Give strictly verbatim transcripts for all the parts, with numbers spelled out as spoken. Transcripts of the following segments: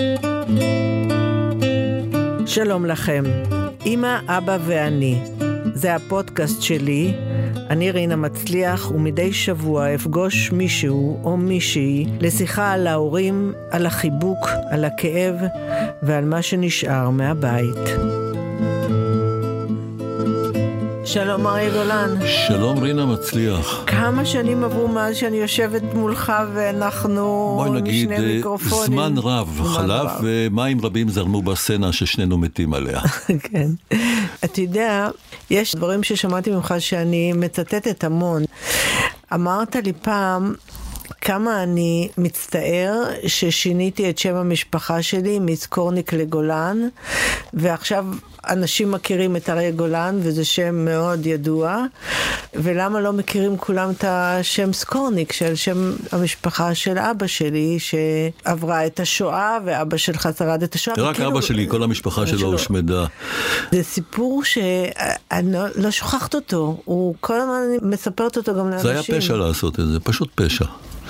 שלום לכם, אמא, אבא ואני. זה הפודקאסט שלי, אני רינה מצליח, ומדי שבוע אפגוש מישהו או מישהי לשיחה על ההורים, על החיבוק, על הכאב ועל מה שנשאר מהבית. שלום אריה גולן. שלום רינה מצליח. כמה שנים עברו מאז שאני יושבת מולך ואנחנו נגיד, משני מיקרופונים. זמן רב חלף ומים רבים זרמו בסצנה ששנינו מתים עליה. כן. אתה יודע, יש דברים ששמעתי ממך שאני מצטטת המון. אמרת לי פעם כמה אני מצטער ששיניתי את שם המשפחה שלי מסקורניק לגולן, ועכשיו אנשים מכירים את אריה גולן, וזה שם מאוד ידוע, ולמה לא מכירים כולם את השם סקורניק, של שם המשפחה של אבא שלי, שעברה את השואה, ואבא שלך שרד את השואה. רק אבא שלי, כל המשפחה שלו הושמדה. זה סיפור שאני לא שוכחת אותו, הוא כל הזמן מספרת אותו גם לאנשים. זה היה פשע לעשות את זה, פשוט פשע.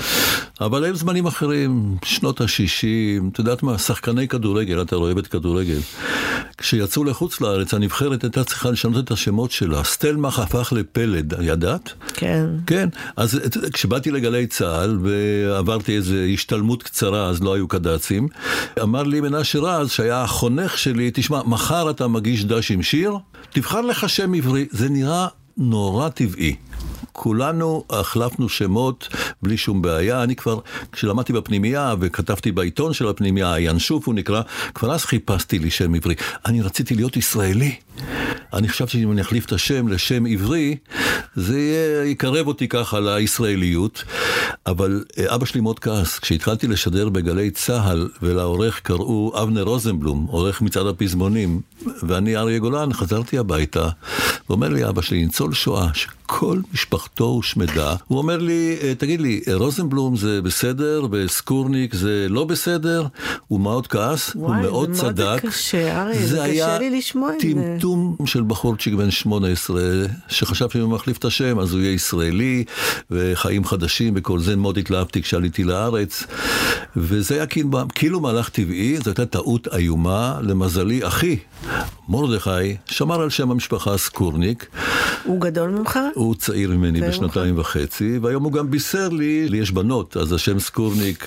אבל היו זמנים אחרים, שנות ה-שישים, אתה יודעת מה, שחקני כדורגל, אתה רואה את כדורגל, כשיצאו לחוץ לארץ, הנבחרת הייתה צריכה לשנות את השמות שלה, סטלמך הפך לפלד, ידעת? כן. כן, אז כשבאתי לגלי צהל, ועברתי איזו השתלמות קצרה, אז לא היו קדצים, אמר לי מנשה רז, שהיה החונך שלי, תשמע, מחר אתה מגיש דש עם שיר, תבחר לך שם עברי, זה נראה נורא טבעי. כולנו החלפנו שמות בלי שום בעיה. אני כבר, כשלמדתי בפנימייה וכתבתי בעיתון של הפנימייה, ינשוף הוא נקרא, כבר אז חיפשתי לי שם עברי. אני רציתי להיות ישראלי. אני חשבתי שאם אני אחליף את השם לשם עברי, זה יקרב אותי ככה לישראליות. אבל אבא שלי מאוד כעס. כשהתחלתי לשדר בגלי צהל, ולעורך קראו אבנר רוזנבלום, עורך מצעד הפזמונים, ואני אריה גולן, חזרתי הביתה, ואומר לי אבא שלי, ניצול שואה, שכל משפחתו הושמדה. הוא אומר לי, תגיד לי, רוזנבלום זה בסדר, וסקורניק זה לא בסדר? הוא מאוד כעס, וואי, הוא מאוד צדק. וואי, זה קשה, אריה, זה קשה לי לשמוע את זה. זה היה טמטום של בחורצ'יק בן שמונה עשרה, שחשב שאם הוא מחליף את השם, אז הוא יהיה ישראלי, וחיים חדשים, וכל זה מאוד התלהבתי כשעליתי לארץ. וזה היה כאילו, כאילו מהלך טבעי, זו הייתה טעות איומה, למזלי, אחי, מרדכי, שמר על שם המשפחה סקורניק. הוא גדול ממך? הוא צעיר ממני בשנתיים וחצי, והיום הוא גם בישר לי, לי יש בנות, אז השם סקורניק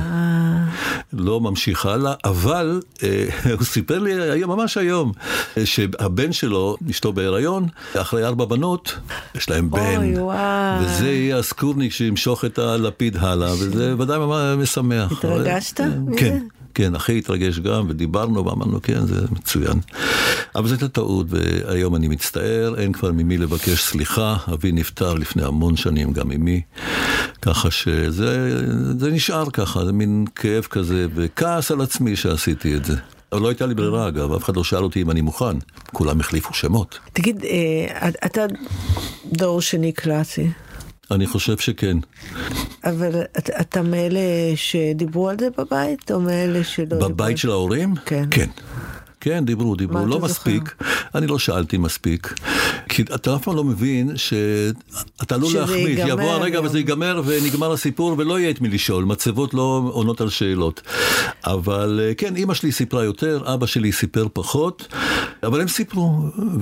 לא ממשיך הלאה, אבל הוא סיפר לי היום, ממש היום, שהבן שלו, אשתו בהיריון, אחרי ארבע בנות, יש להם בן, וזה יהיה הסקורניק שימשוך את הלפיד הלאה, וזה ודאי משמח. התרגשת? כן. כן, אחי התרגש גם, ודיברנו ואמרנו, כן, זה מצוין. אבל זאת הטעות, והיום אני מצטער, אין כבר ממי לבקש סליחה, אבי נפטר לפני המון שנים גם ממי, ככה שזה זה נשאר ככה, זה מין כאב כזה, וכעס על עצמי שעשיתי את זה. אבל לא הייתה לי ברירה אגב, אף אחד לא שאל אותי אם אני מוכן, כולם החליפו שמות. תגיד, אתה דור שני קלאסי? אני חושב שכן. אבל אתה, אתה מאלה שדיברו על זה בבית, או מאלה שלא דיברו? בבית של ההורים? כן. כן. כן, דיברו, דיברו, לא מספיק. אני לא שאלתי מספיק. כי אתה אף פעם לא מבין שאתה לא להחליט. יבוא הרגע וזה ייגמר ונגמר הסיפור ולא יהיה את מי לשאול. מצבות לא עונות על שאלות. אבל כן, אמא שלי סיפרה יותר, אבא שלי סיפר פחות, אבל הם סיפרו.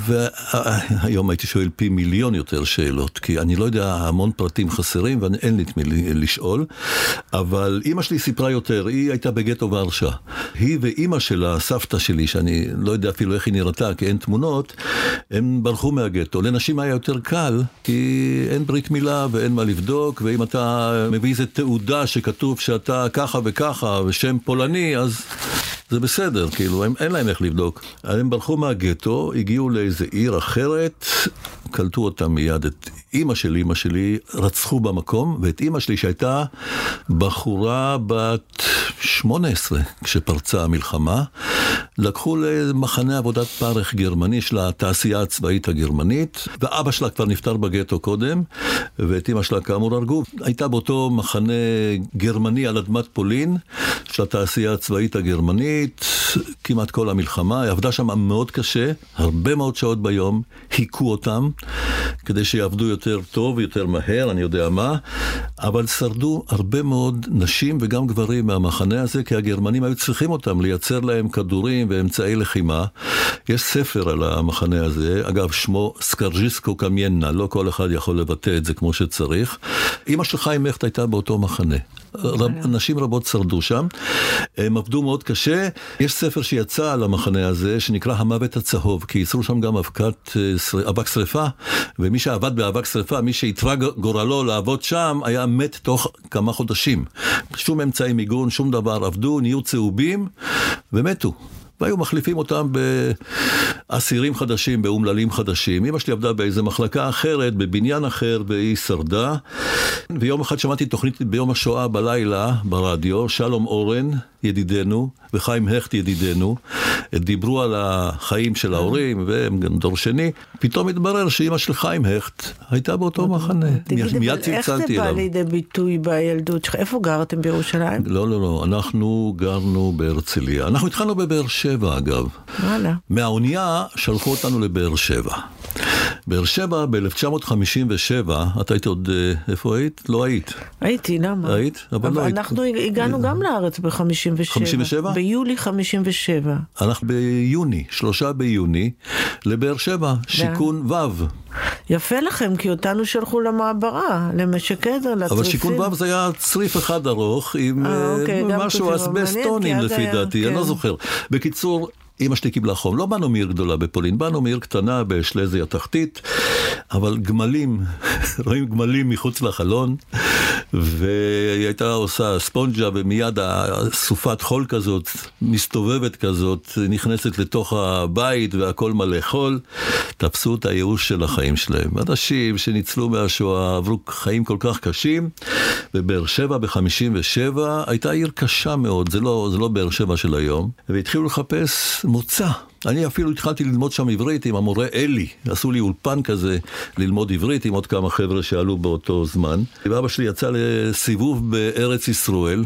והיום הייתי שואל פי מיליון יותר שאלות, כי אני לא יודע, המון פרטים חסרים ואין לי את מי לשאול. אבל אמא שלי סיפרה יותר, היא הייתה בגטו ורשה. היא ואמא שלה, סבתא שלי, שאני אני לא יודע אפילו איך היא נראתה, כי אין תמונות, הם ברחו מהגטו. לנשים היה יותר קל, כי אין ברית מילה ואין מה לבדוק, ואם אתה מביא איזו תעודה שכתוב שאתה ככה וככה, ושם פולני, אז זה בסדר, כאילו, הם, אין להם איך לבדוק. הם ברחו מהגטו, הגיעו לאיזו עיר אחרת, קלטו אותם מיד את אמא שלי, אמא שלי, רצחו במקום, ואת אמא שלי שהייתה בחורה בת שמונה עשרה, כשפרצה המלחמה, לקחו למחנה עבודת פרח גרמני של התעשייה הצבאית הגרמנית, ואבא שלה כבר נפטר בגטו קודם, ואת אמא שלה כאמור הרגו. הייתה באותו מחנה גרמני על אדמת פולין, של התעשייה הצבאית הגרמנית, כמעט כל המלחמה, היא עבדה שם מאוד קשה, הרבה מאוד שעות ביום, היכו אותם, כדי שיעבדו יותר טוב, יותר מהר, אני יודע מה, אבל שרדו הרבה מאוד נשים וגם גברים מהמחנה הזה, כי הגרמנים היו צריכים אותם לייצר להם כדורים ואמצעי לחימה. יש ספר על המחנה הזה, אגב שמו סקרג'יסקו קמיינה, לא כל אחד יכול לבטא את זה כמו שצריך. אמא של חיים הכט הייתה באותו מחנה. רב, נשים רבות שרדו שם, הם עבדו מאוד קשה. יש ספר שיצא על המחנה הזה שנקרא המוות הצהוב, כי ייצרו שם גם אבקת, אבק שריפה, ומי שעבד באבק שריפה, מי שהתרה גורלו לעבוד שם, היה מת תוך כמה חודשים. שום אמצעי מיגון, שום דבר, עבדו, נהיו צהובים ומתו. והיו מחליפים אותם באסירים חדשים, באומללים חדשים. אמא שלי עבדה באיזו מחלקה אחרת, בבניין אחר, והיא שרדה. ויום אחד שמעתי תוכנית ביום השואה בלילה, ברדיו, שלום אורן, ידידנו, וחיים הכט ידידנו, דיברו על החיים של ההורים, והם גם דור שני. פתאום התברר שאמא של חיים הכט הייתה באותו מחנה. מיד צלצלתי אליו. איך זה בא לידי ביטוי בילדות שלך? איפה גרתם בירושלים? לא, לא, לא. אנחנו גרנו בהרצליה. אנחנו התחלנו בבאר שבע, אגב. וואלה. מהאונייה שלחו אותנו לבאר שבע. באר שבע ב-אלף תשע מאות חמישים ושבע, את היית עוד, איפה היית? לא היית. הייתי, למה? היית? אבל לא היית. אנחנו הגענו גם לארץ ב-חמישים ושבע. חמישים ושבע? ביולי חמישים ושבע. אנחנו ביוני, שלושה ביוני, לבאר שבע, שיכון וו. יפה לכם, כי אותנו שלחו למעברה, למשק עזר, לצריפים. אבל שיכון וו זה היה צריף אחד ארוך, עם משהו אסבסטונים לפי דעתי, אני לא זוכר. בקיצור, אמא שלי קיבלה חום. לא באנו מעיר גדולה בפולין, באנו מעיר קטנה בשלזיה תחתית, אבל גמלים, רואים גמלים מחוץ לחלון, והיא הייתה עושה ספונג'ה, ומיד הסופת חול כזאת, מסתובבת כזאת, נכנסת לתוך הבית, והכל מלא חול. תפסו את הייאוש של החיים שלהם. אנשים שניצלו מהשואה, עברו חיים כל כך קשים, ובאר שבע ב-חמישים ושבע הייתה עיר קשה מאוד, זה לא, זה לא באר שבע של היום, והתחילו לחפש מוצא. אני אפילו התחלתי ללמוד שם עברית עם המורה אלי, עשו לי אולפן כזה ללמוד עברית עם עוד כמה חבר'ה שעלו באותו זמן. ואבא שלי יצא לסיבוב בארץ ישראל,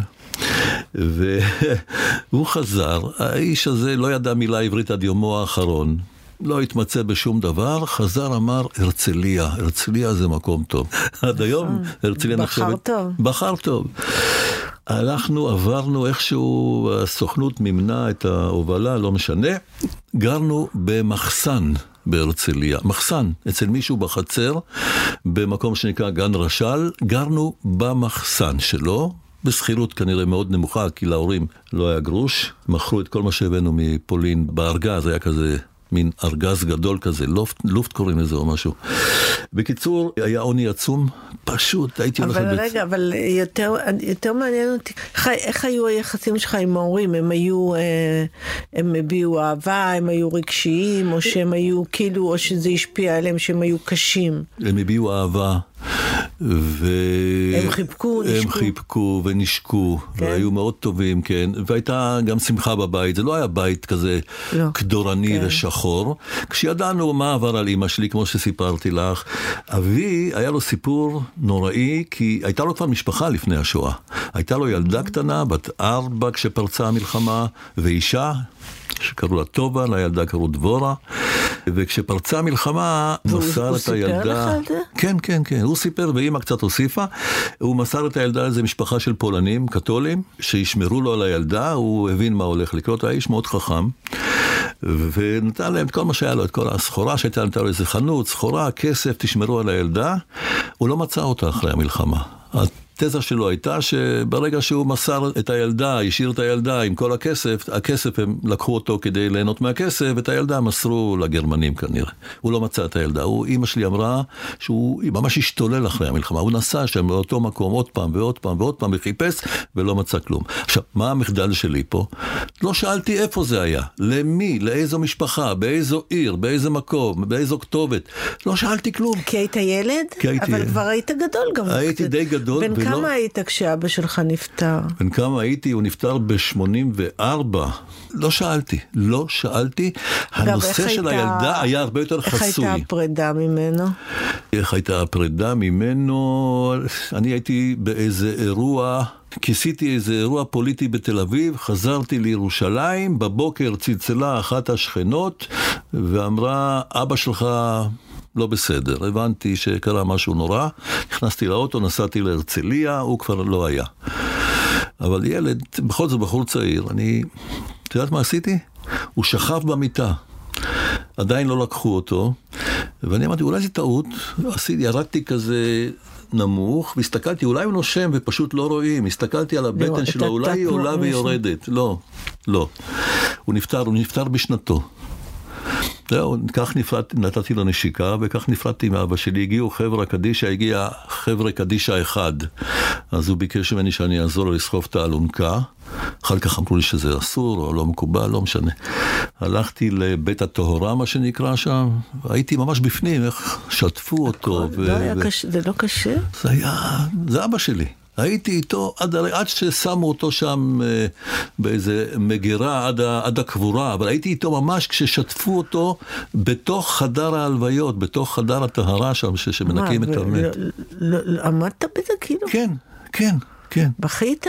והוא חזר, האיש הזה לא ידע מילה עברית עד יומו האחרון, לא התמצא בשום דבר, חזר אמר הרצליה, הרצליה זה מקום טוב. עד היום הרצליה נחשבת... בחר טוב. בחר טוב. הלכנו, עברנו איכשהו, הסוכנות ממנה את ההובלה, לא משנה, גרנו במחסן בהרצליה, מחסן, אצל מישהו בחצר, במקום שנקרא גן רשל, גרנו במחסן שלו, בסחירות כנראה מאוד נמוכה, כי להורים לא היה גרוש, מכרו את כל מה שהבאנו מפולין בארגז, היה כזה... מין ארגז גדול כזה, לופט, לופט קוראים לזה או משהו. בקיצור, היה עוני עצום, פשוט, הייתי הולכת... אבל רגע, בצ... אבל יותר, יותר מעניין אותי, חי, איך היו היחסים שלך עם ההורים? הם היו, הם הביעו אהבה, הם היו רגשיים, או שהם היו כאילו, או שזה השפיע עליהם שהם היו קשים? הם הביעו אהבה. ו... הם חיבקו, נשקו. הם חיבקו ונשקו, כן? והיו מאוד טובים, כן. והייתה גם שמחה בבית, זה לא היה בית כזה לא. קדורני כן. ושחור. כשידענו מה עבר על אמא שלי, כמו שסיפרתי לך, אבי היה לו סיפור נוראי, כי הייתה לו כבר משפחה לפני השואה. הייתה לו ילדה קטנה, בת ארבע כשפרצה המלחמה, ואישה שקראו לה טובה, לילדה קראו דבורה, וכשפרצה המלחמה, מסר את הילדה... הוא סיפר לך על זה? כן, כן, כן. הוא סיפר, ואמא קצת הוסיפה. הוא מסר את הילדה איזו משפחה של פולנים, קתולים, שישמרו לו על הילדה, הוא הבין מה הולך לקרות, האיש מאוד חכם, ונתן להם את כל מה שהיה לו, את כל הסחורה שהייתה, נתן לו איזה חנות, סחורה, כסף, תשמרו על הילדה. הוא לא מצא אותה אחרי המלחמה. התזה שלו הייתה שברגע שהוא מסר את הילדה, השאיר את הילדה עם כל הכסף, הכסף הם לקחו אותו כדי ליהנות מהכסף, ואת הילדה מסרו לגרמנים כנראה. הוא לא מצא את הילדה. הוא, אמא שלי אמרה שהוא ממש השתולל אחרי המלחמה. הוא נסע שם לאותו מקום עוד פעם ועוד פעם ועוד פעם וחיפש ולא מצא כלום. עכשיו, מה המחדל שלי פה? לא שאלתי איפה זה היה, למי, לאיזו משפחה, באיזו עיר, באיזה מקום, באיזו כתובת. לא שאלתי כלום. כי היית ילד? כי הייתי... אבל כבר היית גדול גם. הייתי די גדול. בן כמה היית כשאבא שלך נפטר? בן כמה הייתי? הוא נפטר ב-שמונים וארבע. לא שאלתי, לא שאלתי. הנושא של הילדה היה הרבה יותר חסוי. איך הייתה הפרידה ממנו? איך הייתה הפרידה ממנו? אני הייתי באיזה אירוע... כיסיתי איזה אירוע פוליטי בתל אביב, חזרתי לירושלים, בבוקר צלצלה אחת השכנות, ואמרה, אבא שלך לא בסדר. הבנתי שקרה משהו נורא, נכנסתי לאוטו, נסעתי להרצליה, הוא כבר לא היה. אבל ילד, בכל זאת בחור צעיר, אני, אתה יודעת מה עשיתי? הוא שכב במיטה. עדיין לא לקחו אותו, ואני אמרתי, אולי זה טעות, עשיתי, ירדתי כזה נמוך, והסתכלתי, אולי הוא נושם ופשוט לא רואים, הסתכלתי על הבטן שלו, אולי היא עולה ויורדת. לא, לא. הוא נפטר, הוא נפטר בשנתו. זהו, כך נפרדתי, נתתי לו נשיקה, וכך נפרדתי מאבא שלי. הגיעו חבר'ה קדישה, הגיע חבר'ה קדישה אחד. אז הוא ביקש ממני שאני אעזור לו לסחוב את האלונקה. אחר כך אמרו לי שזה אסור, או לא מקובל, לא משנה. הלכתי לבית הטהרה, מה שנקרא שם, הייתי ממש בפנים, איך שטפו אותו. ו... לא היה ו... קשה, זה לא קשה? זה היה, זה אבא שלי. הייתי איתו עד, עד ששמו אותו שם אה, באיזה מגירה עד, עד הקבורה, אבל הייתי איתו ממש כששטפו אותו בתוך חדר ההלוויות, בתוך חדר הטהרה שם ש, שמנקים מה, את המת. לא, לא, עמדת בזה כאילו? כן, כן, כן. בכית?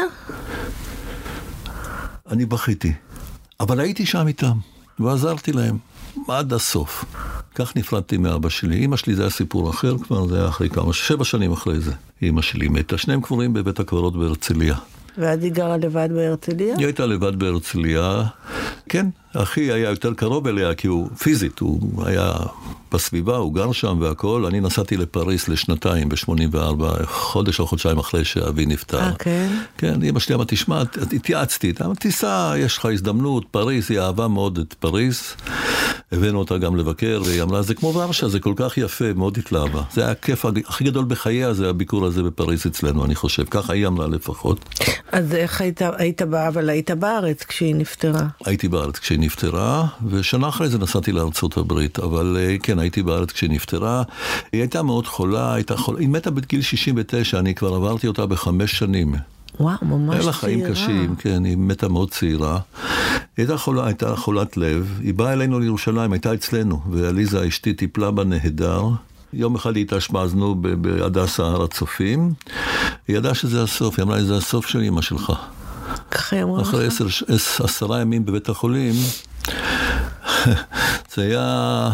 אני בכיתי, אבל הייתי שם איתם, ועזרתי להם עד הסוף. כך נפרדתי מאבא שלי. אמא שלי זה היה סיפור אחר, כבר זה היה אחרי כמה, שבע שנים אחרי זה. אמא שלי מתה. שניהם קבורים בבית הקברות בהרצליה. ועד היא גרה לבד בהרצליה? היא הייתה לבד בהרצליה. כן, אחי היה יותר קרוב אליה, כי הוא פיזית, הוא היה בסביבה, הוא גר שם והכל. אני נסעתי לפריס לשנתיים, ב-שמונים וארבע, חודש או חודשיים אחרי שאבי נפטר. אה, כן? כן, אמא שלי אמרה, תשמע, התייעצתי, תיסע, יש לך הזדמנות, פריס, היא אהבה מאוד את פריס. הבאנו אותה גם לבקר, והיא אמרה, זה כמו ורשה, זה כל כך יפה, מאוד התלהבה. זה היה הכיף הכי גדול בחייה, זה הביקור הזה בפריס אצלנו, אני חושב. ככה היא אמרה לפחות. אז איך היית, היית בא, אבל היית בארץ כשהיא נפטרה? הייתי בארץ כשהיא נפטרה, ושנה אחרי זה נסעתי לארצות הברית, אבל כן, הייתי בארץ כשהיא נפטרה. היא הייתה מאוד חולה, הייתה חולה, היא מתה בגיל שישים ותשע, אני כבר עברתי אותה בחמש שנים. וואו, ממש צעירה. היה לה חיים קשים, כן, היא מתה מאוד צעירה. היא הייתה, חולה, הייתה חולת לב, היא באה אלינו לירושלים, הייתה אצלנו, ואליזה אשתי טיפלה בה נהדר. יום אחד היא התאשפזנו בהדסה הר הצופים, היא ידעה שזה הסוף, היא אמרה לי, זה הסוף של אמא שלך. ככה היא אמרה לך? אחרי עשר, עשרה ימים בבית החולים, זה היה...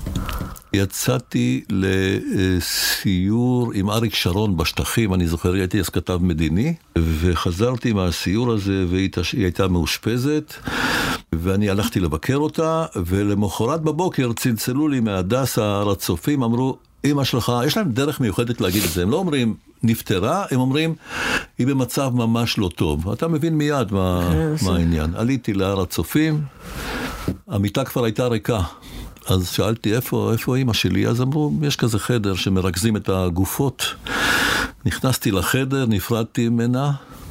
יצאתי לסיור עם אריק שרון בשטחים, אני זוכר, הייתי אז כתב מדיני, וחזרתי מהסיור הזה, והיא הייתה מאושפזת, ואני הלכתי לבקר אותה, ולמחרת בבוקר צלצלו לי מהדסה הר הצופים, אמרו, אמא שלך, יש להם דרך מיוחדת להגיד את זה, הם לא אומרים נפטרה, הם אומרים, היא במצב ממש לא טוב. אתה מבין מיד מה, מה העניין. עליתי להר הצופים, המיטה כבר הייתה ריקה. אז שאלתי, איפה, איפה אמא שלי? אז אמרו, יש כזה חדר שמרכזים את הגופות. נכנסתי לחדר, נפרדתי ממנה,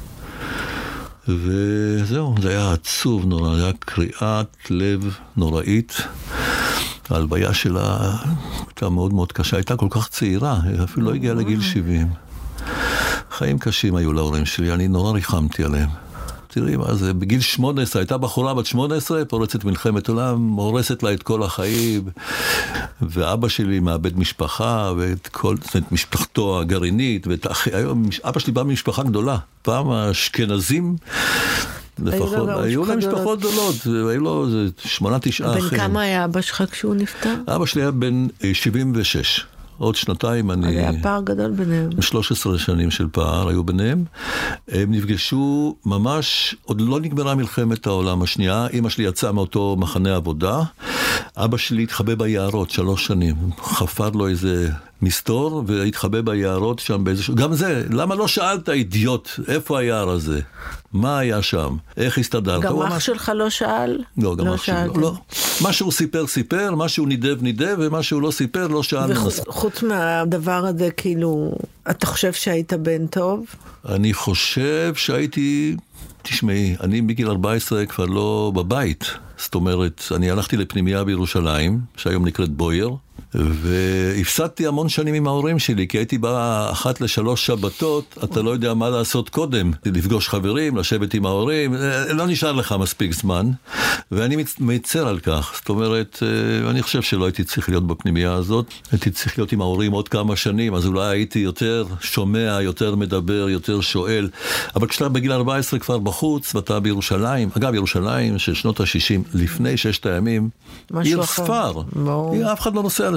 וזהו, זה היה עצוב נורא, זה היה קריאת לב נוראית. ההלוויה שלה הייתה מאוד מאוד קשה, הייתה כל כך צעירה, היא אפילו לא הגיעה לגיל שבעים. חיים קשים היו להורים שלי, אני נורא ריחמתי עליהם. תראי מה זה, בגיל שמונה עשרה, הייתה בחורה בת שמונה עשרה, פורצת מלחמת עולם, הורסת לה את כל החיים, ואבא שלי מאבד משפחה, ואת כל, זאת אומרת, משפחתו הגרעינית, ואת אחי, היום, אבא שלי בא ממשפחה גדולה, פעם האשכנזים, לפחות, היו להם משפחות גדולות, והיו לו שמונה, תשעה אחים. בן כמה היה אבא שלך כשהוא נפטר? אבא שלי היה בן שבעים ושש. עוד שנתיים אני... היה פער גדול ביניהם. שלוש עשרה שנים של פער היו ביניהם. הם נפגשו ממש, עוד לא נגמרה מלחמת העולם השנייה. אמא שלי יצאה מאותו מחנה עבודה. אבא שלי התחבא ביערות שלוש שנים. חפר לו איזה מסתור והתחבא ביערות שם באיזשהו... גם זה, למה לא שאלת, אידיוט, איפה היער הזה? מה היה שם? איך הסתדרת? גם אח שלך לא שאל? לא, גם אח שלך לא. מה שהוא סיפר, סיפר, מה שהוא נידב, נידב, ומה שהוא לא סיפר, לא שאל. וחוץ מהדבר הזה, כאילו, אתה חושב שהיית בן טוב? אני חושב שהייתי... תשמעי, אני בגיל ארבע עשרה כבר לא בבית. זאת אומרת, אני הלכתי לפנימייה בירושלים, שהיום נקראת בויר, והפסדתי המון שנים עם ההורים שלי, כי הייתי בא אחת לשלוש שבתות, אתה לא יודע מה לעשות קודם, לפגוש חברים, לשבת עם ההורים, לא נשאר לך מספיק זמן, ואני מצר על כך. זאת אומרת, אני חושב שלא הייתי צריך להיות בפנימייה הזאת, הייתי צריך להיות עם ההורים עוד כמה שנים, אז אולי הייתי יותר שומע, יותר מדבר, יותר שואל, אבל כשאתה בגיל ארבע עשרה כבר בחוץ, ואתה בירושלים, אגב, ירושלים של שנות ה-שישים, לפני ששת הימים, עיר ספר, אף אחד לא נוסע לשם.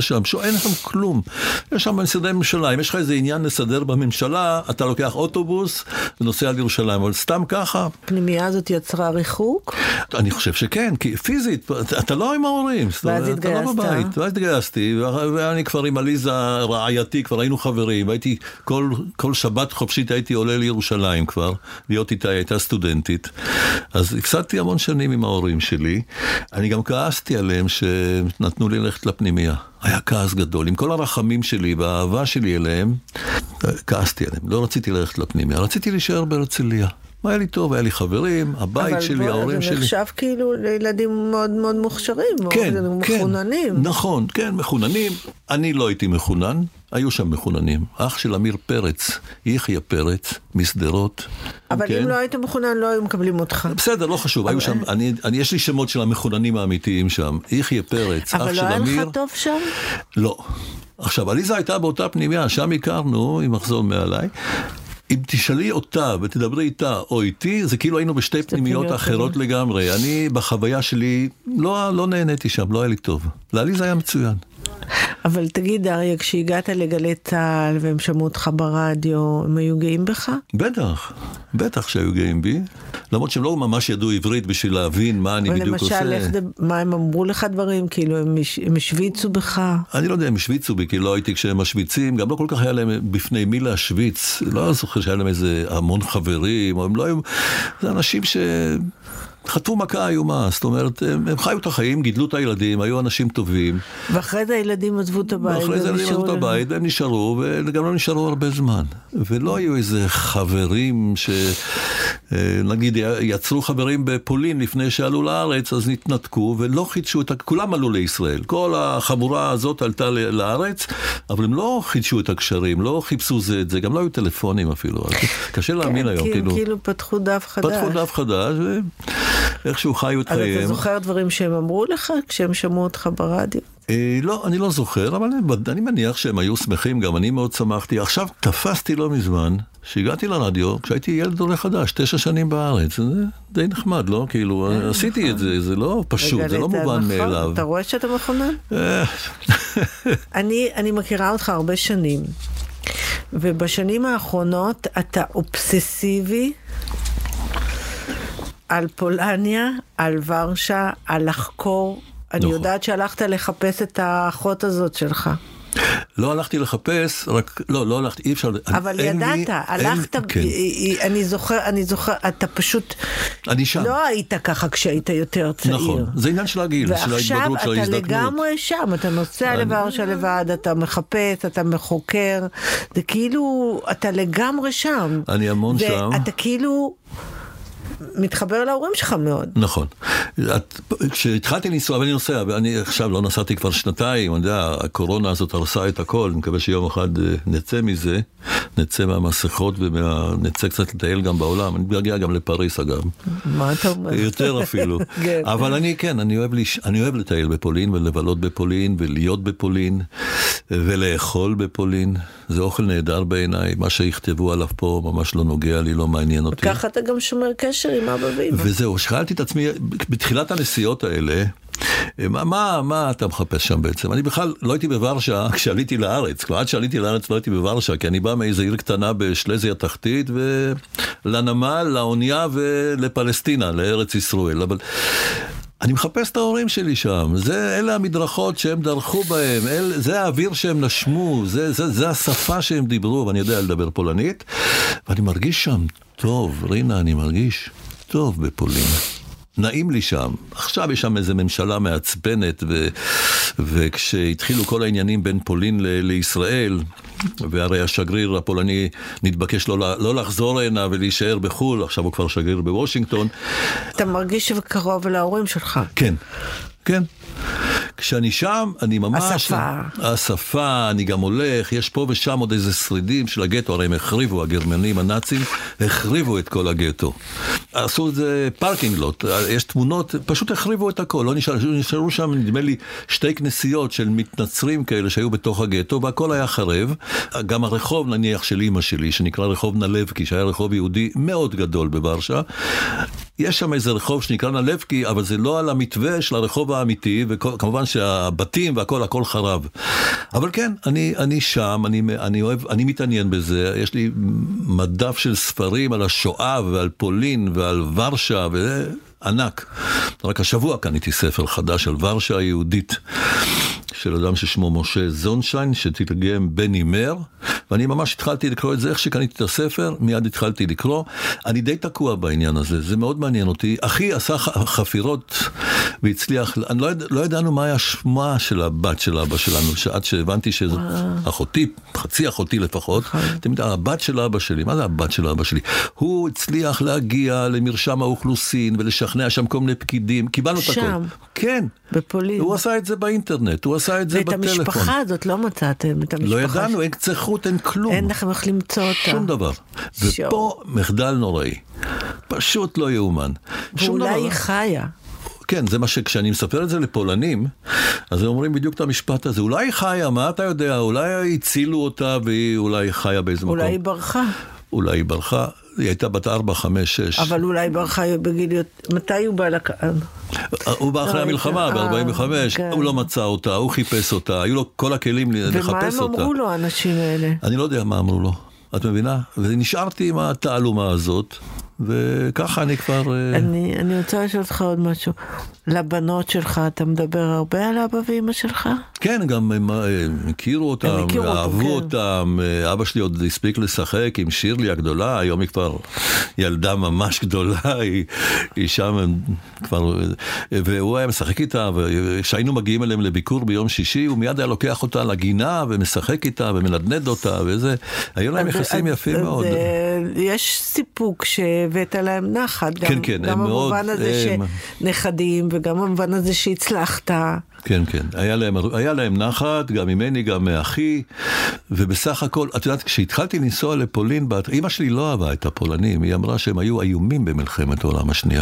שם, אין לכם כלום. יש שם משרדי ממשלה, אם יש לך איזה עניין לסדר בממשלה, אתה לוקח אוטובוס ונוסע לירושלים, אבל סתם ככה. הפנימייה הזאת יצרה ריחוק? אני חושב שכן, כי פיזית, אתה לא עם ההורים. ואז התגייסת? אתה לא בבית, ואז התגייסתי, ואני כבר עם עליזה רעייתי, כבר היינו חברים, והייתי, כל, כל שבת חופשית הייתי עולה לירושלים כבר, להיות איתה, הייתה סטודנטית. אז הפסדתי המון שנים עם ההורים שלי. אני גם כעסתי עליהם שנתנו לי ללכת לפנימייה. היה כעס גדול. עם כל הרחמים שלי והאהבה שלי אליהם, כעסתי עליהם. לא רציתי ללכת לפנימייה, רציתי להישאר בהרצליה. היה לי טוב, היה לי חברים, הבית שלי, ההורים שלי. אבל זה נחשב כאילו לילדים מאוד מאוד מוכשרים, כן, כן, מחוננים. נכון, כן, מחוננים. אני לא הייתי מחונן, היו שם מחוננים. אח של אמיר פרץ, יחיה פרץ, מסדרות. אבל אם לא היית מחונן, לא היו מקבלים אותך. בסדר, לא חשוב, היו שם, אני, אני, יש לי שמות של המחוננים האמיתיים שם. יחיה פרץ, אח של אמיר. אבל לא היה לך טוב שם? לא. עכשיו, עליזה הייתה באותה פנימיה, שם הכרנו, עם מחזור מעליי. אם תשאלי אותה ותדברי איתה או איתי, זה כאילו היינו בשתי פנימיות אחרות לגמרי. אני בחוויה שלי לא, לא נהניתי שם, לא היה לי טוב. לעלי זה היה מצוין. אבל תגיד, אריה, כשהגעת לגלי צהל והם שמעו אותך ברדיו, הם היו גאים בך? בטח, בטח שהיו גאים בי. למרות שהם לא ממש ידעו עברית בשביל להבין מה אני בדיוק עושה. אבל למשל, מה הם אמרו לך דברים? כאילו, הם, הם השוויצו בך? אני לא יודע, הם השוויצו בי, כי לא הייתי כשהם משוויצים, גם לא כל כך היה להם בפני מי להשוויץ. לא זוכר שהיה להם איזה המון חברים, או הם לא היו... זה אנשים ש... חטפו מכה איומה, זאת אומרת, הם, הם חיו את החיים, גידלו את הילדים, היו אנשים טובים. ואחרי זה הילדים עזבו את הבית. ואחרי זה הילדים עזבו את הבית, והם נשארו, וגם לא נשארו הרבה זמן. ולא היו איזה חברים ש... נגיד, יצרו חברים בפולין לפני שעלו לארץ, אז נתנתקו, ולא חידשו את... כולם עלו לישראל. כל החבורה הזאת עלתה לארץ, אבל הם לא חידשו את הקשרים, לא חיפשו זה את זה, גם לא היו טלפונים אפילו. קשה להאמין היום. כאילו, כאילו פתחו דף חדש. פתחו דף חדש, ו... איכשהו חיו את חייהם. אז אתה זוכר דברים שהם אמרו לך כשהם שמעו אותך ברדיו? אה, לא, אני לא זוכר, אבל אני, אני מניח שהם היו שמחים, גם אני מאוד שמחתי. עכשיו תפסתי לא מזמן, שהגעתי לרדיו, כשהייתי ילד עולה חדש, תשע שנים בארץ. זה די נחמד, לא? כאילו, עשיתי את זה, זה לא פשוט, זה לא מובן מאליו. אתה רואה שאתה מכונן? אני, אני מכירה אותך הרבה שנים, ובשנים האחרונות אתה אובססיבי, על פולניה, על ורשה, על לחקור. אני יודעת שהלכת לחפש את האחות הזאת שלך. לא הלכתי לחפש, רק, לא, לא הלכתי, אי אפשר... אבל ידעת, הלכת, אני זוכר, אני זוכר, אתה פשוט... אני שם. לא היית ככה כשהיית יותר צעיר. נכון, זה עניין של הגיל, של ההתבגרות, של ההזדקנות. ועכשיו אתה לגמרי שם, אתה נוסע לוורשה לבד, אתה מחפש, אתה מחוקר, זה כאילו, אתה לגמרי שם. אני המון שם. ואתה כאילו... מתחבר להורים שלך מאוד. נכון. את, כשהתחלתי לנסוע, ואני נוסע, ואני עכשיו לא נסעתי כבר שנתיים, אני יודע, הקורונה הזאת הרסה את הכל, אני מקווה שיום אחד נצא מזה, נצא מהמסכות, ונצא קצת לטייל גם בעולם, אני מגיע גם לפריס אגב. מה אתה אומר? יותר אפילו. אבל אני, כן, אני אוהב, אני אוהב לטייל בפולין, ולבלות בפולין, ולהיות בפולין, ולאכול בפולין. זה אוכל נהדר בעיניי, מה שיכתבו עליו פה ממש לא נוגע לי, לא מעניין אותי. וככה אתה גם שומר קשר עם אבא ואמא. וזהו, שאלתי את עצמי, בתחילת הנסיעות האלה, מה, מה, מה אתה מחפש שם בעצם? אני בכלל לא הייתי בוורשה כשעליתי לארץ, כבר עד שעליתי לארץ לא הייתי בוורשה, כי אני בא מאיזו עיר קטנה בשלזיה תחתית, ולנמל, לאונייה ולפלסטינה, לארץ ישראל, אבל... אני מחפש את ההורים שלי שם, זה, אלה המדרכות שהם דרכו בהם, אל, זה האוויר שהם נשמו, זה, זה, זה השפה שהם דיברו, ואני יודע לדבר פולנית, ואני מרגיש שם טוב, רינה, אני מרגיש טוב בפולין. נעים לי שם. עכשיו יש שם איזו ממשלה מעצבנת, ו... וכשהתחילו כל העניינים בין פולין ל... לישראל, והרי השגריר הפולני נתבקש לא, לא לחזור הנה ולהישאר בחול, עכשיו הוא כבר שגריר בוושינגטון. אתה מרגיש שקרוב להורים שלך. כן, כן. כשאני שם, אני ממש... השפה. השפה, אני גם הולך, יש פה ושם עוד איזה שרידים של הגטו, הרי הם החריבו, הגרמנים, הנאצים, החריבו את כל הגטו. עשו את זה פארקינג לוט, יש תמונות, פשוט החריבו את הכל, לא נשאר, נשארו שם, נדמה לי, שתי כנסיות של מתנצרים כאלה שהיו בתוך הגטו, והכל היה חרב. גם הרחוב, נניח, של אמא שלי, שנקרא רחוב נלבקי, שהיה רחוב יהודי מאוד גדול בוורשה, יש שם איזה רחוב שנקרא נלבקי, אבל זה לא על המתווה של הרחוב האמיתי, וכמובן שהבתים והכל, הכל חרב. אבל כן, אני, אני שם, אני, אני אוהב, אני מתעניין בזה, יש לי מדף של ספרים על השואה ועל פולין ועל ורשה, וזה ענק. רק השבוע קניתי ספר חדש על ורשה היהודית, של אדם ששמו משה זונשיין, שתתרגם בני מר, ואני ממש התחלתי לקרוא את זה, איך שקניתי את הספר, מיד התחלתי לקרוא. אני די תקוע בעניין הזה, זה מאוד מעניין אותי. אחי עשה חפירות והצליח, אני לא, יד, לא ידענו מה היה השמה של הבת של אבא שלנו, שעד שהבנתי שזאת אחותי, חצי אחותי לפחות, אתם יודעים, הבת של אבא שלי, מה זה הבת של אבא שלי? הוא הצליח להגיע למרשם האוכלוסין ולשכנע שם כל מיני פקידים, קיבלנו את הכל. שם? כן. בפולין. הוא עשה את זה באינטרנט, הוא עשה את זה בטלפון. ואת המשפחה הזאת לא מצאתם, את המשפחה. לא ידענו, אין קצה חוט, אין כלום. אין לכם איך למצוא אותה. שום דבר. ופה מחדל נוראי. פשוט לא יאומן. ואולי היא חיה. כן, זה מה שכשאני מספר את זה לפולנים, אז הם אומרים בדיוק את המשפט הזה, אולי היא חיה, מה אתה יודע? אולי הצילו אותה והיא אולי חיה באיזה מקום. אולי היא ברחה. אולי היא ברחה. היא הייתה בת ארבע, חמש, שש. אבל אולי ברחה בגיל... מתי הוא בא לקהל? הוא בא אחרי המלחמה, ב-ארבעים וחמש. הוא לא מצא אותה, הוא חיפש אותה, היו לו כל הכלים לחפש אותה. ומה הם אמרו לו, האנשים האלה? אני לא יודע מה אמרו לו. את מבינה? ונשארתי עם התעלומה הזאת, וככה אני כבר... אני, אני רוצה לשאול אותך עוד משהו. לבנות שלך, אתה מדבר הרבה על אבא ואמא שלך? כן, גם הם, הם הכירו אותם, הם הכירו אהבו כן. אותם. אבא שלי עוד הספיק לשחק עם שירלי הגדולה, היום היא כבר ילדה ממש גדולה, היא, היא שם כבר... והוא היה משחק איתה, וכשהיינו מגיעים אליהם לביקור ביום שישי, הוא מיד היה לוקח אותה לגינה, ומשחק איתה, ומנדנד אותה, וזה... היו להם יחסים יפים מאוד. יש סיפוק שהבאת להם נחת, כן, גם, כן, גם מאוד, במובן הזה הם... שנכדים, וגם במובן הזה שהצלחת. כן, כן, היה להם, היה להם נחת, גם ממני, גם מאחי, ובסך הכל, את יודעת, כשהתחלתי לנסוע לפולין, אמא שלי לא אהבה את הפולנים, היא אמרה שהם היו איומים במלחמת העולם השנייה.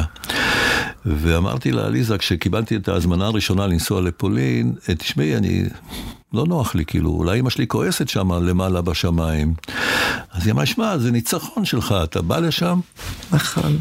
ואמרתי לה, אליזה, כשקיבלתי את ההזמנה הראשונה לנסוע לפולין, תשמעי, אני... לא נוח לי, כאילו, אולי אמא שלי כועסת שם למעלה בשמיים. אז היא אמרה, שמע, זה ניצחון שלך, אתה בא לשם? נכון.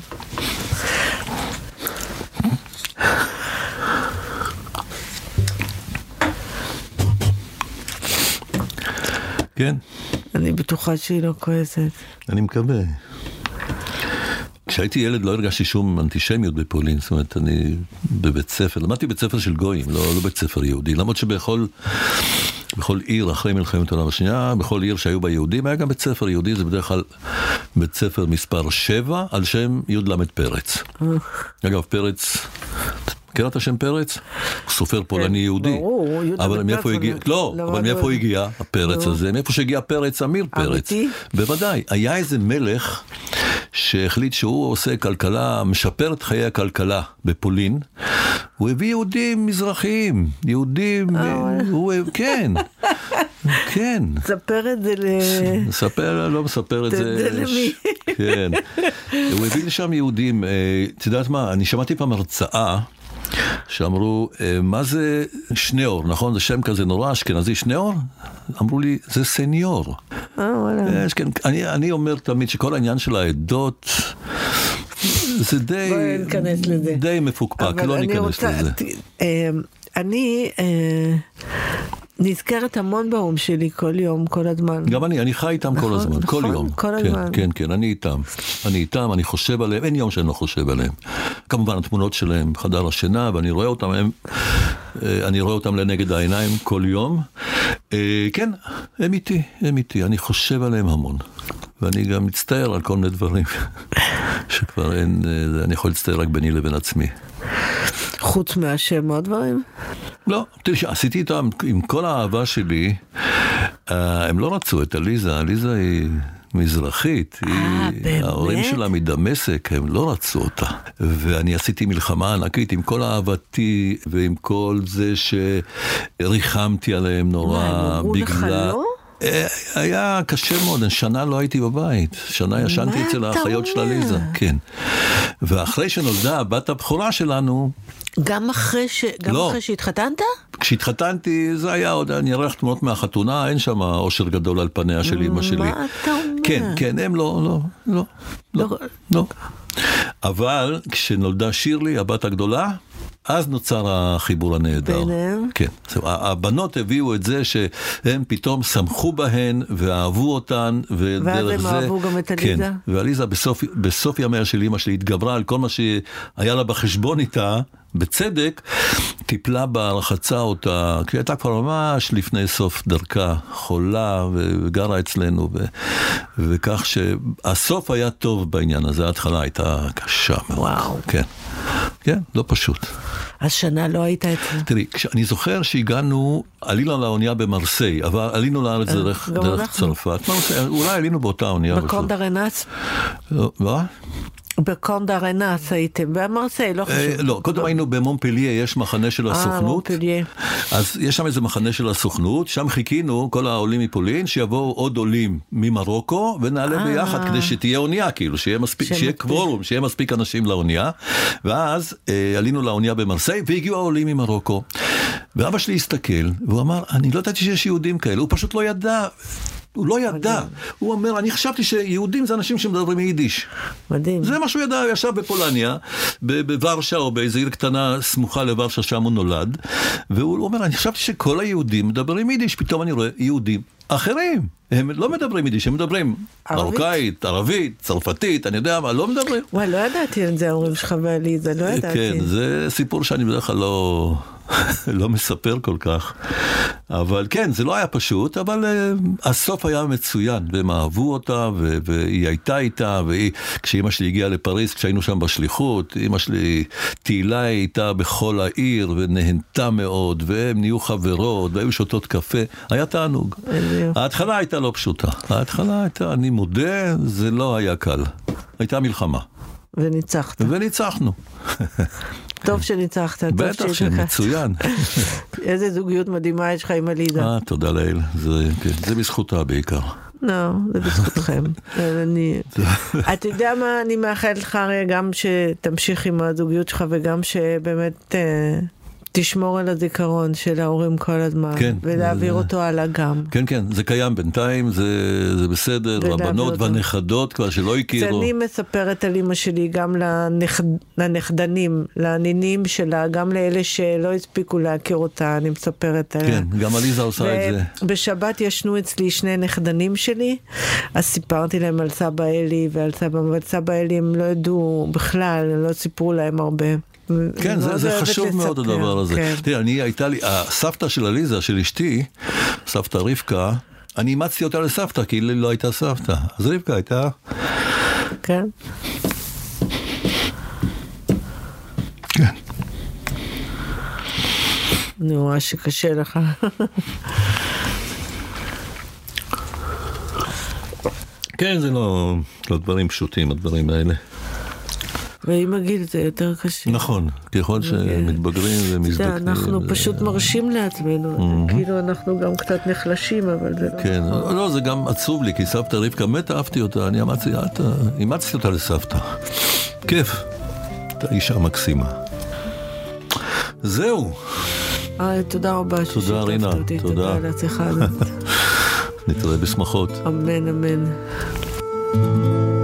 כן. אני בטוחה שהיא לא כועסת. אני מקווה. כשהייתי ילד לא הרגשתי שום אנטישמיות בפולין, זאת אומרת, אני בבית ספר, למדתי בית ספר של גויים, לא, לא בית ספר יהודי, למרות שבכל בכל עיר אחרי מלחמת העולם השנייה, בכל עיר שהיו בה יהודים, היה גם בית ספר יהודי, זה בדרך כלל בית ספר מספר שבע, על שם יוד למד פרץ. אגב, פרץ... מכיר את השם פרץ? סופר פולני יהודי. אבל מאיפה הגיע? לא, אבל מאיפה הגיע הפרץ הזה? מאיפה שהגיע פרץ, אמיר פרץ. בוודאי. היה איזה מלך שהחליט שהוא עושה כלכלה, משפר את חיי הכלכלה בפולין. הוא הביא יהודים מזרחיים. יהודים, כן. כן. ספר את זה ל... ספר, לא מספר את זה. למי? כן. הוא הביא לשם יהודים. את יודעת מה? אני שמעתי פעם הרצאה שאמרו, מה זה שניאור, נכון? זה שם כזה נורא, אשכנזי, שניאור? אמרו לי, זה סניור. אה, וואלה. כן, אני, אני אומר תמיד שכל העניין של העדות, זה די, די מפוקפק, לא ניכנס רוצה, לזה. אני... נזכרת המון באום שלי כל יום, כל הזמן. גם אני, אני חי איתם נכון, כל הזמן, נכון, כל יום. כל כן, הזמן. כן, כן, אני איתם. אני איתם, אני חושב עליהם, אין יום שאני לא חושב עליהם. כמובן, התמונות שלהם, חדר השינה, ואני רואה אותם, הם, אני רואה אותם לנגד העיניים כל יום. כן, הם איתי, הם איתי, אני חושב עליהם המון. ואני גם מצטער על כל מיני דברים, שכבר אין, אני יכול להצטער רק ביני לבין עצמי. חוץ מהשם עוד דברים? לא, תראי, עשיתי איתם, עם כל האהבה שלי, הם לא רצו את אליזה, אליזה היא מזרחית, היא, ההורים שלה מדמשק, הם לא רצו אותה. ואני עשיתי מלחמה ענקית עם כל אהבתי, ועם כל זה שריחמתי עליהם נורא, בגלל... היה קשה מאוד, שנה לא הייתי בבית, שנה ישנתי אצל האחיות של אליזה, כן. ואחרי שנולדה הבת הבכורה שלנו... גם אחרי ש... גם לא. אחרי שהתחתנת? כשהתחתנתי, זה היה עוד, אני אראה לך תמונות מהחתונה, אין שם אושר גדול על פניה של אמא שלי. מה אתה אומר? כן, כן, הם לא, לא, לא, לא, לא, אבל כשנולדה שירלי, הבת הגדולה, אז נוצר החיבור הנהדר. ביניהם? כן. הבנות הביאו את זה שהם פתאום שמחו בהן ואהבו אותן, ואז הם זה, אהבו גם את עליזה? כן. ועליזה בסוף, בסוף ימיה של אמא שלי התגברה על כל מה שהיה לה בחשבון איתה, בצדק, טיפלה בה, רחצה אותה, כי הייתה כבר ממש לפני סוף דרכה, חולה וגרה אצלנו, ו, וכך שהסוף היה טוב בעניין הזה, ההתחלה הייתה קשה מאוד. וואו. כן. כן, לא פשוט. השנה לא הייתה אצלנו. תראי, אני זוכר שהגענו, עלינו לאונייה במרסיי, אבל עלינו לארץ דרך, דרך צרפת. מרסיי, אולי עלינו באותה אונייה. בקונדה רנס? מה? בקונדה רנס הייתם, במרסיי, לא חשוב. לא, קודם היינו במונפליה, יש מחנה של הסוכנות. אה, מונפליה. אז יש שם איזה מחנה של הסוכנות, שם חיכינו, כל העולים מפולין, שיבואו עוד עולים ממרוקו, ונעלה ביחד, כדי שתהיה אונייה, כאילו, שיהיה מספיק, שיהיה קוורום, שיהיה מספיק אנשים לאונייה. ואז עלינו לאונייה במרסיי, והגיעו העולים ממרוקו. ואבא שלי הסתכל, והוא אמר, אני לא ידעתי שיש יהודים כאלה, הוא פשוט לא ידע. הוא לא ידע. הוא אומר, אני חשבתי שיהודים זה אנשים שמדברים יידיש. מדהים. זה מה שהוא ידע, הוא ישב בפולניה, בוורשה או באיזו עיר קטנה סמוכה לוורשה, שם הוא נולד, והוא אומר, אני חשבתי שכל היהודים מדברים יידיש, פתאום אני רואה יהודים אחרים. הם לא מדברים יידיש, הם מדברים מרוקאית, ערבית, צרפתית, אני יודע מה, לא מדברים. וואי, לא ידעתי את זה, ההורים שלך ועליזה, לא ידעתי. כן, זה סיפור שאני בדרך כלל לא... לא מספר כל כך, אבל כן, זה לא היה פשוט, אבל uh, הסוף היה מצוין, והם אהבו אותה, ו- והיא הייתה איתה, וכשאמא שלי הגיעה לפריז, כשהיינו שם בשליחות, אמא שלי תהילה איתה בכל העיר, ונהנתה מאוד, והם נהיו חברות, והיו שותות קפה, היה תענוג. ההתחלה הייתה לא פשוטה, ההתחלה הייתה, אני מודה, זה לא היה קל, הייתה מלחמה. וניצחת. וניצחנו. טוב שניצחת. בטח שמצוין. איזה זוגיות מדהימה יש לך עם עליזה. אה, תודה לאל. זה, כן, זה בזכותה בעיקר. לא, זה בזכותכם. אני... אתה יודע מה, אני מאחלת לך גם שתמשיך עם הזוגיות שלך, וגם שבאמת... תשמור על הזיכרון של ההורים כל הזמן, כן, ולהעביר זה... אותו הלאה גם. כן, כן, זה קיים בינתיים, זה, זה בסדר, הבנות והנכדות כבר שלא הכירו. אני מספרת על אמא שלי גם לנכד, לנכדנים, לנינים שלה, גם לאלה שלא הספיקו להכיר אותה, אני מספרת עליה. כן, גם עליזה עושה את זה. בשבת ישנו אצלי שני נכדנים שלי, אז סיפרתי להם על סבא אלי ועל סבא, ועל סבא אלי הם לא ידעו בכלל, לא סיפרו להם הרבה. כן, זה, זה חשוב לספר. מאוד הדבר הזה. כן. תראה, אני הייתה לי, הסבתא של עליזה, של אשתי, סבתא רבקה, אני אימצתי אותה לסבתא, כי היא לא הייתה סבתא. אז רבקה הייתה... כן. כן. אני רואה שקשה לך. כן, זה לא, לא דברים פשוטים, הדברים האלה. ועם הגיל זה יותר קשה. נכון, ככל שמתבגרים ומזדקנים. אנחנו פשוט מרשים לעצמנו, כאילו אנחנו גם קצת נחלשים, אבל זה לא... כן, לא, זה גם עצוב לי, כי סבתא רבקה מתה, אהבתי אותה, אני אימצתי אותה לסבתא. כיף, הייתה אישה מקסימה. זהו. תודה רבה ששיתפת אותי, תודה על השיחה הזאת. נתראה בשמחות. אמן, אמן.